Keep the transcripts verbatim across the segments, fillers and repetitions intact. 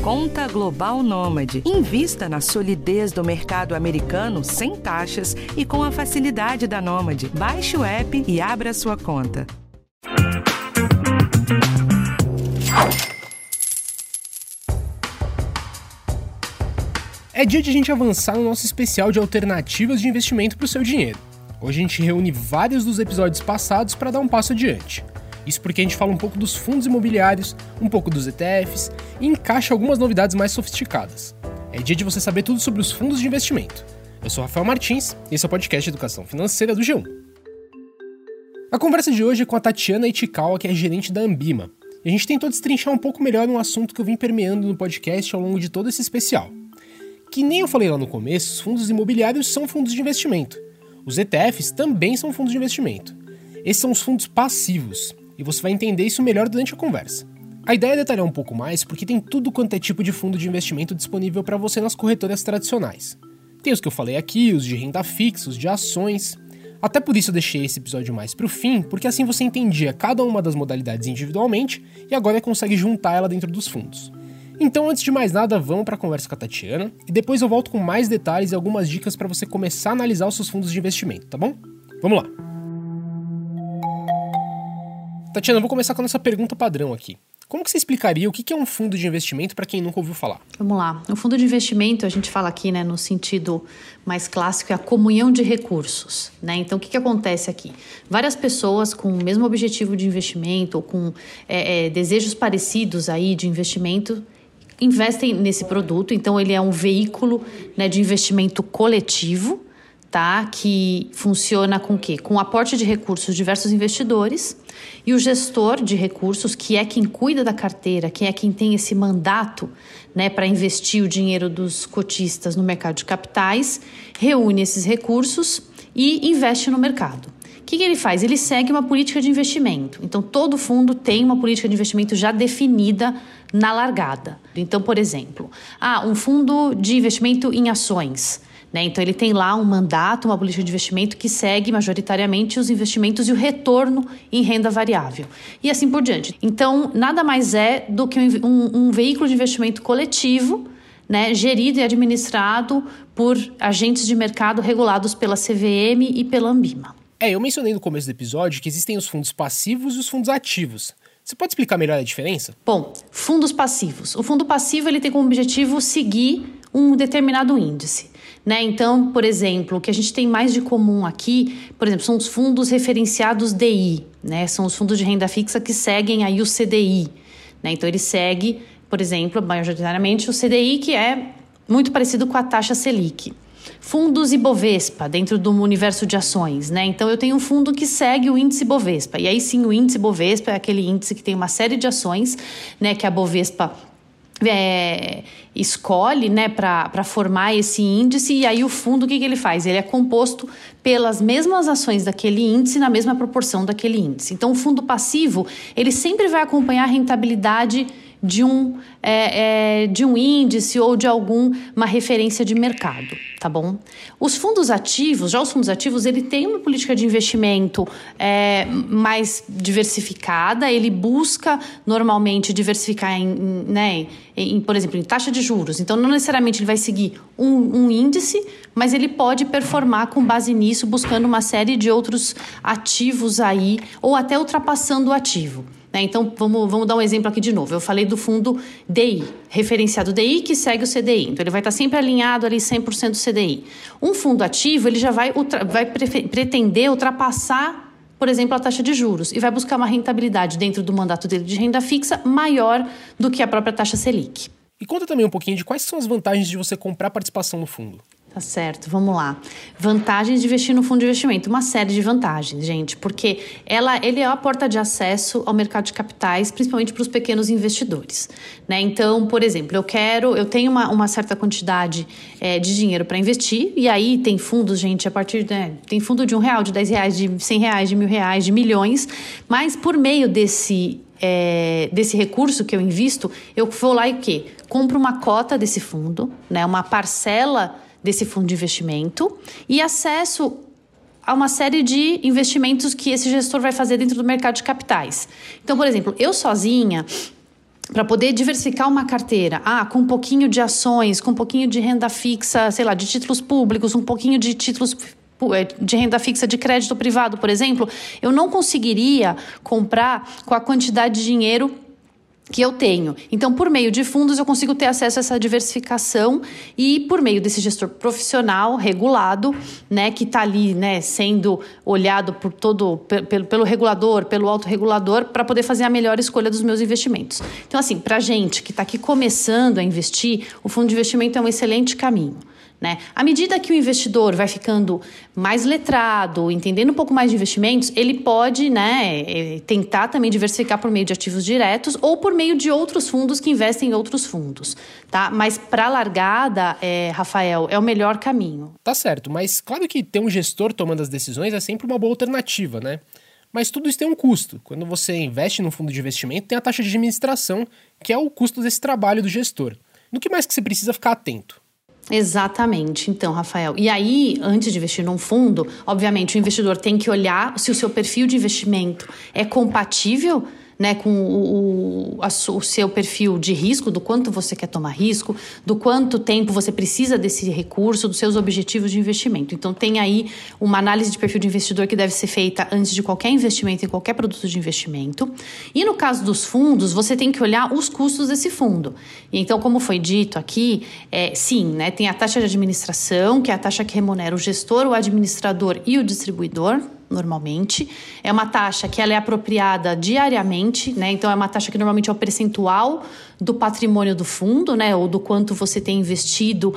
Conta Global Nômade. Invista na solidez do mercado americano sem taxas e com a facilidade da Nômade. Baixe o app e abra sua conta. É dia de a gente avançar no nosso especial de alternativas de investimento para o seu dinheiro. Hoje a gente reúne vários dos episódios passados para dar um passo adiante. Isso porque a gente fala um pouco dos fundos imobiliários, um pouco dos E T Fs e encaixa algumas novidades mais sofisticadas. É dia de você saber tudo sobre os fundos de investimento. Eu sou Rafael Martins e esse é o podcast de Educação Financeira do G um. A conversa de hoje é com a Tatiana Ichikawa, que é gerente da Ambima. E a gente tentou destrinchar um pouco melhor um assunto que eu vim permeando no podcast ao longo de todo esse especial. Que nem eu falei lá no começo, os fundos imobiliários são fundos de investimento. Os E T Fs também são fundos de investimento. Esses são os fundos passivos, e você vai entender isso melhor durante a conversa. A ideia é detalhar um pouco mais porque tem tudo quanto é tipo de fundo de investimento disponível para você nas corretoras tradicionais. Tem os que eu falei aqui, os de renda fixa, os de ações. Até por isso eu deixei esse episódio mais pro fim, porque assim você entendia cada uma das modalidades individualmente e agora consegue juntar ela dentro dos fundos. Então, antes de mais nada, vamos para a conversa com a Tatiana e depois eu volto com mais detalhes e algumas dicas para você começar a analisar os seus fundos de investimento, tá bom? Vamos lá! Tatiana, eu vou começar com a nossa pergunta padrão aqui. Como que você explicaria o que é um fundo de investimento para quem nunca ouviu falar? Vamos lá. O fundo de investimento, a gente fala aqui, né, no sentido mais clássico, é a comunhão de recursos, né? Então, o que, que acontece aqui? Várias pessoas com o mesmo objetivo de investimento ou com é, é, desejos parecidos aí de investimento investem nesse produto. Então, ele é um veículo, né, de investimento coletivo, tá? Que funciona com o quê? Com o aporte de recursos de diversos investidores e o gestor de recursos, que é quem cuida da carteira, que é quem tem esse mandato, né, para investir o dinheiro dos cotistas no mercado de capitais, reúne esses recursos e investe no mercado. O que, que ele faz? Ele segue uma política de investimento. Então, todo fundo tem uma política de investimento já definida na largada. Então, por exemplo, ah, um fundo de investimento em ações. Né? Então, ele tem lá um mandato, uma política de investimento que segue majoritariamente os investimentos e o retorno em renda variável. E assim por diante. Então, nada mais é do que um, um, um veículo de investimento coletivo, né, gerido e administrado por agentes de mercado regulados pela C V M e pela Ambima. É, eu mencionei no começo do episódio que existem os fundos passivos e os fundos ativos. Você pode explicar melhor a diferença? Bom, fundos passivos. O fundo passivo ele tem como objetivo seguir um determinado índice. Né? Então, por exemplo, o que a gente tem mais de comum aqui, por exemplo, são os fundos referenciados D I. Né? São os fundos de renda fixa que seguem aí o C D I. Né? Então, ele segue, por exemplo, majoritariamente o C D I, que é muito parecido com a taxa Selic. Fundos Ibovespa, dentro do universo de ações, né? Então, eu tenho um fundo que segue o índice Bovespa. E aí, sim, o índice Bovespa é aquele índice que tem uma série de ações, né? Que a Bovespa é, escolhe, né? Para formar esse índice. E aí, o fundo, o que, que ele faz? Ele é composto pelas mesmas ações daquele índice, na mesma proporção daquele índice. Então, o fundo passivo, ele sempre vai acompanhar a rentabilidade de um, é, é, de um índice ou de alguma referência de mercado, tá bom? Os fundos ativos, já os fundos ativos, ele tem uma política de investimento é, mais diversificada, ele busca normalmente diversificar em, em, né, em, por exemplo, em taxa de juros. Então, não necessariamente ele vai seguir um, um índice, mas ele pode performar com base nisso, buscando uma série de outros ativos aí, ou até ultrapassando o ativo. Então, vamos, vamos dar um exemplo aqui de novo. Eu falei do fundo D I, referenciado D I, que segue o C D I. Então, ele vai estar sempre alinhado ali cem por cento do C D I. Um fundo ativo, ele já vai, ultra, vai pre- pretender ultrapassar, por exemplo, a taxa de juros e vai buscar uma rentabilidade dentro do mandato dele de renda fixa maior do que a própria taxa Selic. E conta também um pouquinho de quais são as vantagens de você comprar participação no fundo. Tá certo, vamos lá. Vantagens de investir no fundo de investimento. Uma série de vantagens, gente, porque ela, ele é a porta de acesso ao mercado de capitais, principalmente para os pequenos investidores. Né? Então, por exemplo, eu quero, eu tenho uma, uma certa quantidade é, de dinheiro para investir, e aí tem fundos, gente, a partir de, né, tem fundo de um real, de dez reais, de cem reais, de mil reais, de milhões, mas por meio desse É, desse recurso que eu invisto, eu vou lá e o quê? Compro uma cota desse fundo, né, uma parcela desse fundo de investimento e acesso a uma série de investimentos que esse gestor vai fazer dentro do mercado de capitais. Então, por exemplo, eu sozinha, para poder diversificar uma carteira, ah, com um pouquinho de ações, com um pouquinho de renda fixa, sei lá, de títulos públicos, um pouquinho de títulos de renda fixa de crédito privado, por exemplo, eu não conseguiria comprar com a quantidade de dinheiro que eu tenho. Então, por meio de fundos, eu consigo ter acesso a essa diversificação e por meio desse gestor profissional, regulado, né, que está ali, né, sendo olhado por todo, pelo, pelo regulador, pelo autorregulador, para poder fazer a melhor escolha dos meus investimentos. Então, assim, para a gente que está aqui começando a investir, o fundo de investimento é um excelente caminho. Né? À medida que o investidor vai ficando mais letrado, entendendo um pouco mais de investimentos, ele pode, né, tentar também diversificar por meio de ativos diretos ou por meio de outros fundos que investem em outros fundos. Tá? Mas para a largada, é, Rafael, é o melhor caminho. Tá certo, mas claro que ter um gestor tomando as decisões é sempre uma boa alternativa, né? Mas tudo isso tem um custo. Quando você investe num fundo de investimento, tem a taxa de administração, que é o custo desse trabalho do gestor. No que mais que você precisa ficar atento? Exatamente. Então, Rafael, e aí, antes de investir num fundo, obviamente o investidor tem que olhar se o seu perfil de investimento é compatível, né, com o, o, a, o seu perfil de risco, do quanto você quer tomar risco, do quanto tempo você precisa desse recurso, dos seus objetivos de investimento. Então, tem aí uma análise de perfil de investidor que deve ser feita antes de qualquer investimento em qualquer produto de investimento. E no caso dos fundos, você tem que olhar os custos desse fundo. E então, como foi dito aqui, é, sim, né, tem a taxa de administração, que é a taxa que remunera o gestor, o administrador e o distribuidor, normalmente. É uma taxa que ela é apropriada diariamente, né? Então, é uma taxa que normalmente é o percentual do patrimônio do fundo, né? Ou do quanto você tem investido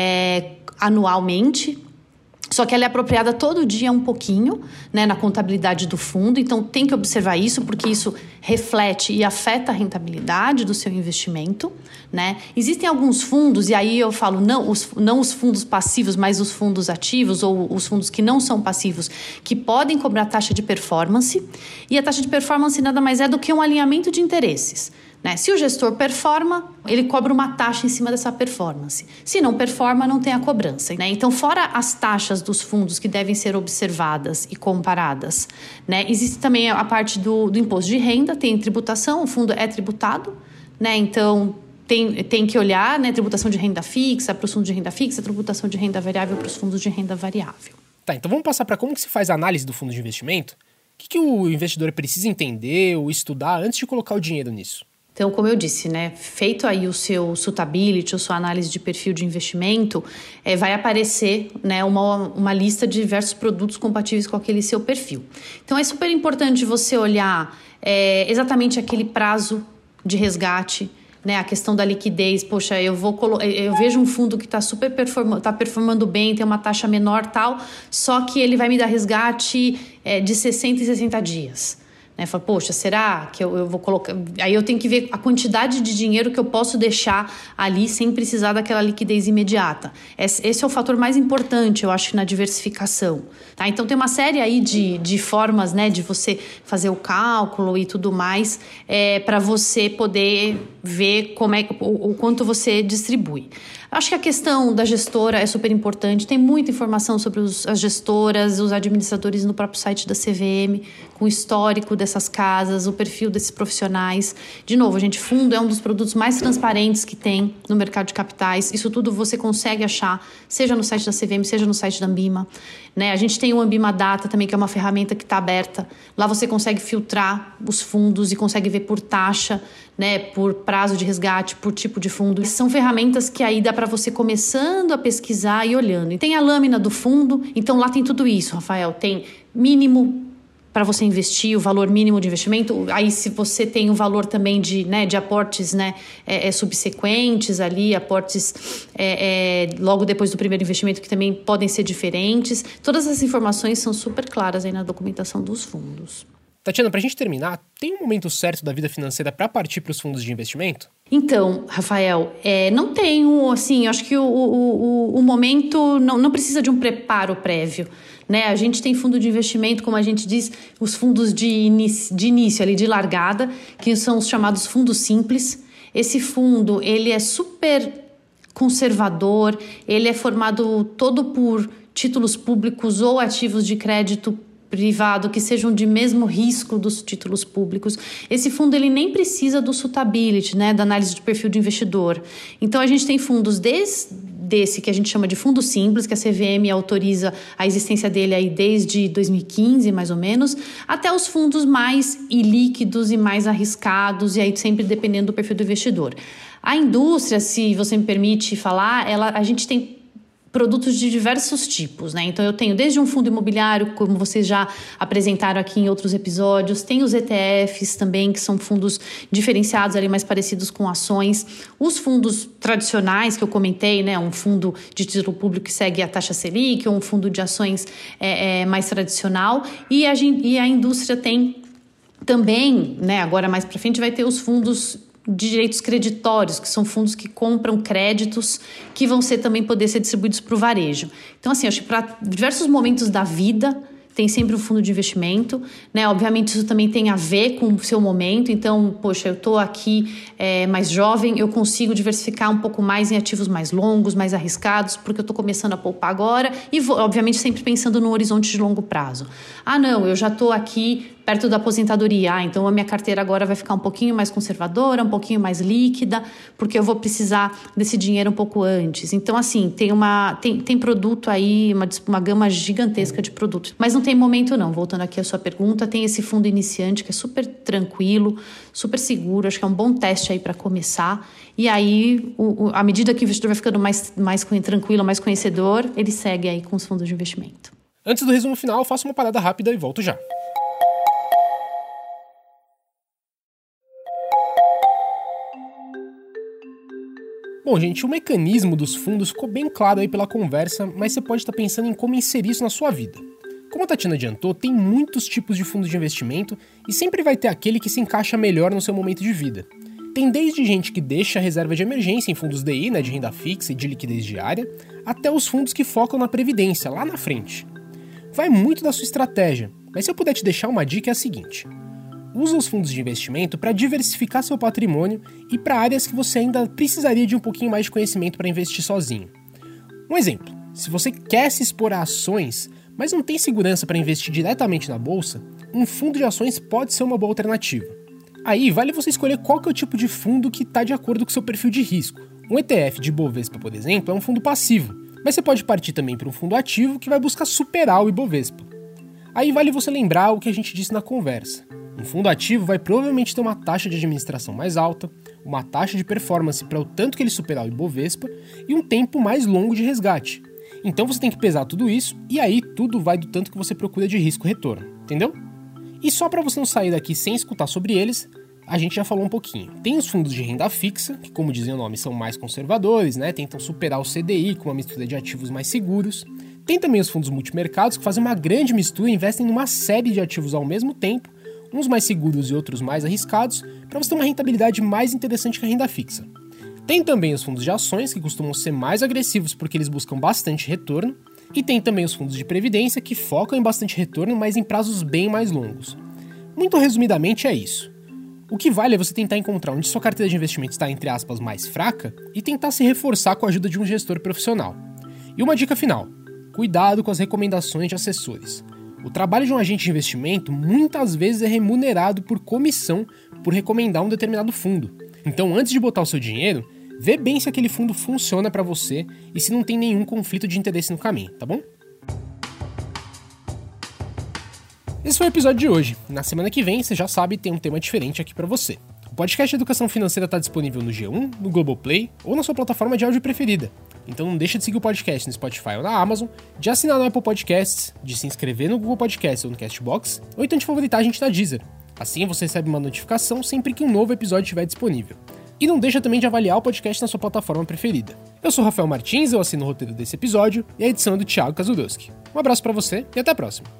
é, anualmente. Só que ela é apropriada todo dia um pouquinho, né, na contabilidade do fundo. Então, tem que observar isso, porque isso reflete e afeta a rentabilidade do seu investimento, né? Existem alguns fundos, e aí eu falo não os, não os fundos passivos, mas os fundos ativos, ou os fundos que não são passivos, que podem cobrar taxa de performance. E a taxa de performance nada mais é do que um alinhamento de interesses. Né? Se o gestor performa, ele cobra uma taxa em cima dessa performance. Se não performa, não tem a cobrança. Né? Então, fora as taxas dos fundos que devem ser observadas e comparadas, né? Existe também a parte do, do imposto de renda, tem tributação, o fundo é tributado, né? Então tem, tem que olhar, né? Tributação de renda fixa para os fundos de renda fixa, tributação de renda variável para os fundos de renda variável. Tá, então vamos passar para como que se faz a análise do fundo de investimento? O que, que o investidor precisa entender ou estudar antes de colocar o dinheiro nisso? Então, como eu disse, né, feito aí o seu suitability, a sua análise de perfil de investimento, é, vai aparecer, né, uma, uma lista de diversos produtos compatíveis com aquele seu perfil. Então, é super importante você olhar é, exatamente aquele prazo de resgate, né, a questão da liquidez. Poxa, eu vou colo- eu vejo um fundo que está super performa- tá performando bem, tem uma taxa menor tal, só que ele vai me dar resgate é, de sessenta e sessenta dias. Né, fala, poxa, será que eu, eu vou colocar... Aí eu tenho que ver a quantidade de dinheiro que eu posso deixar ali sem precisar daquela liquidez imediata. Esse, esse é o fator mais importante, eu acho, na diversificação. Tá? Então, tem uma série aí de, de formas, né, de você fazer o cálculo e tudo mais é, para você poder ver como é, o, o quanto você distribui. Acho que a questão da gestora é super importante. Tem muita informação sobre os, as gestoras, os administradores no próprio site da C V M, com o histórico dessas casas, o perfil desses profissionais. De novo, gente, fundo é um dos produtos mais transparentes que tem no mercado de capitais. Isso tudo você consegue achar, seja no site da C V M, seja no site da Ambima. Né? A gente tem o Ambima Data também, que é uma ferramenta que está aberta. Lá você consegue filtrar os fundos e consegue ver por taxa, né, por prazo de resgate, por tipo de fundo. São ferramentas que aí dá para você começando a pesquisar e olhando. E tem a lâmina do fundo, então lá tem tudo isso, Rafael. Tem mínimo para você investir, o valor mínimo de investimento. Aí se você tem o valor também de, né, de aportes, né, é, é, subsequentes ali, aportes é, é, logo depois do primeiro investimento, que também podem ser diferentes. Todas essas informações são super claras aí na documentação dos fundos. Tatiana, para a gente terminar, tem um momento certo da vida financeira para partir para os fundos de investimento? Então, Rafael, é, não tenho, assim, acho que o, o, o, o momento não, não precisa de um preparo prévio, né? A gente tem fundo de investimento, como a gente diz, os fundos de início, de início ali, de largada, que são os chamados fundos simples. Esse fundo, ele é super conservador, ele é formado todo por títulos públicos ou ativos de crédito privado que sejam de mesmo risco dos títulos públicos. Esse fundo ele nem precisa do suitability, né, da análise de perfil de investidor. Então a gente tem fundos desde desse que a gente chama de fundo simples, que a C V M autoriza a existência dele aí desde dois mil e quinze, mais ou menos, até os fundos mais ilíquidos e mais arriscados, e aí sempre dependendo do perfil do investidor. A indústria, se você me permite falar, ela, a gente tem produtos de diversos tipos, né? Então eu tenho desde um fundo imobiliário, como vocês já apresentaram aqui em outros episódios, tem os E T Fs também, que são fundos diferenciados ali, mais parecidos com ações, os fundos tradicionais que eu comentei, né? Um fundo de título público que segue a taxa Selic, ou um fundo de ações é, é, mais tradicional, e a, e a indústria tem também, né? Agora mais para frente vai ter os fundos de direitos creditórios, que são fundos que compram créditos que vão ser também poder ser distribuídos para o varejo. Então, assim, acho que para diversos momentos da vida tem sempre um fundo de investimento, né? Obviamente isso também tem a ver com o seu momento. Então, poxa, eu estou aqui é, mais jovem, eu consigo diversificar um pouco mais em ativos mais longos, mais arriscados, porque eu estou começando a poupar agora e, vou, obviamente, sempre pensando no horizonte de longo prazo. Ah, não, eu já estou aqui perto da aposentadoria, ah, então a minha carteira agora vai ficar um pouquinho mais conservadora, um pouquinho mais líquida, porque eu vou precisar desse dinheiro um pouco antes. Então, assim, tem, uma, tem, tem produto aí, uma, uma gama gigantesca de produtos. Mas não tem momento não, voltando aqui à sua pergunta, tem esse fundo iniciante que é super tranquilo, super seguro, acho que é um bom teste aí para começar. E aí, o, o, à medida que o investidor vai ficando mais, mais tranquilo, mais conhecedor, ele segue aí com os fundos de investimento. Antes do resumo final, eu faço uma parada rápida e volto já. Bom, gente, o mecanismo dos fundos ficou bem claro aí pela conversa, mas você pode estar pensando em como inserir isso na sua vida. Como a Tatiana adiantou, tem muitos tipos de fundos de investimento e sempre vai ter aquele que se encaixa melhor no seu momento de vida. Tem desde gente que deixa a reserva de emergência em fundos D I, né, de renda fixa e de liquidez diária, até os fundos que focam na previdência, lá na frente. Vai muito da sua estratégia, mas se eu puder te deixar uma dica é a seguinte: usa os fundos de investimento para diversificar seu patrimônio e para áreas que você ainda precisaria de um pouquinho mais de conhecimento para investir sozinho. Um exemplo, se você quer se expor a ações, mas não tem segurança para investir diretamente na bolsa, um fundo de ações pode ser uma boa alternativa. Aí vale você escolher qual que é o tipo de fundo que está de acordo com o seu perfil de risco. Um E T F de Ibovespa, por exemplo, é um fundo passivo, mas você pode partir também para um fundo ativo que vai buscar superar o Ibovespa. Aí vale você lembrar o que a gente disse na conversa. Um fundo ativo vai provavelmente ter uma taxa de administração mais alta, uma taxa de performance para o tanto que ele superar o Ibovespa e um tempo mais longo de resgate. Então você tem que pesar tudo isso e aí tudo vai do tanto que você procura de risco-retorno, entendeu? E só para você não sair daqui sem escutar sobre eles, a gente já falou um pouquinho. Tem os fundos de renda fixa, que como dizem o nome, são mais conservadores, né? Tentam superar o C D I com uma mistura de ativos mais seguros. Tem também os fundos multimercados, que fazem uma grande mistura e investem numa série de ativos ao mesmo tempo, uns mais seguros e outros mais arriscados, para você ter uma rentabilidade mais interessante que a renda fixa. Tem também os fundos de ações, que costumam ser mais agressivos porque eles buscam bastante retorno, e tem também os fundos de previdência, que focam em bastante retorno, mas em prazos bem mais longos. Muito resumidamente é isso. O que vale é você tentar encontrar onde sua carteira de investimento está, entre aspas, mais fraca, e tentar se reforçar com a ajuda de um gestor profissional. E uma dica final: cuidado com as recomendações de assessores. O trabalho de um agente de investimento muitas vezes é remunerado por comissão por recomendar um determinado fundo. Então, antes de botar o seu dinheiro, vê bem se aquele fundo funciona para você e se não tem nenhum conflito de interesse no caminho, tá bom? Esse foi o episódio de hoje. Na semana que vem, você já sabe, tem um tema diferente aqui para você. O podcast Educação Financeira está disponível no G um, no Globoplay ou na sua plataforma de áudio preferida. Então não deixa de seguir o podcast no Spotify ou na Amazon, de assinar no Apple Podcasts, de se inscrever no Google Podcasts ou no Castbox, ou então de favoritar a gente na Deezer. Assim você recebe uma notificação sempre que um novo episódio estiver disponível. E não deixa também de avaliar o podcast na sua plataforma preferida. Eu sou Rafael Martins, eu assino o roteiro desse episódio e a edição é do Thiago Kazudowski. Um abraço pra você e até a próxima.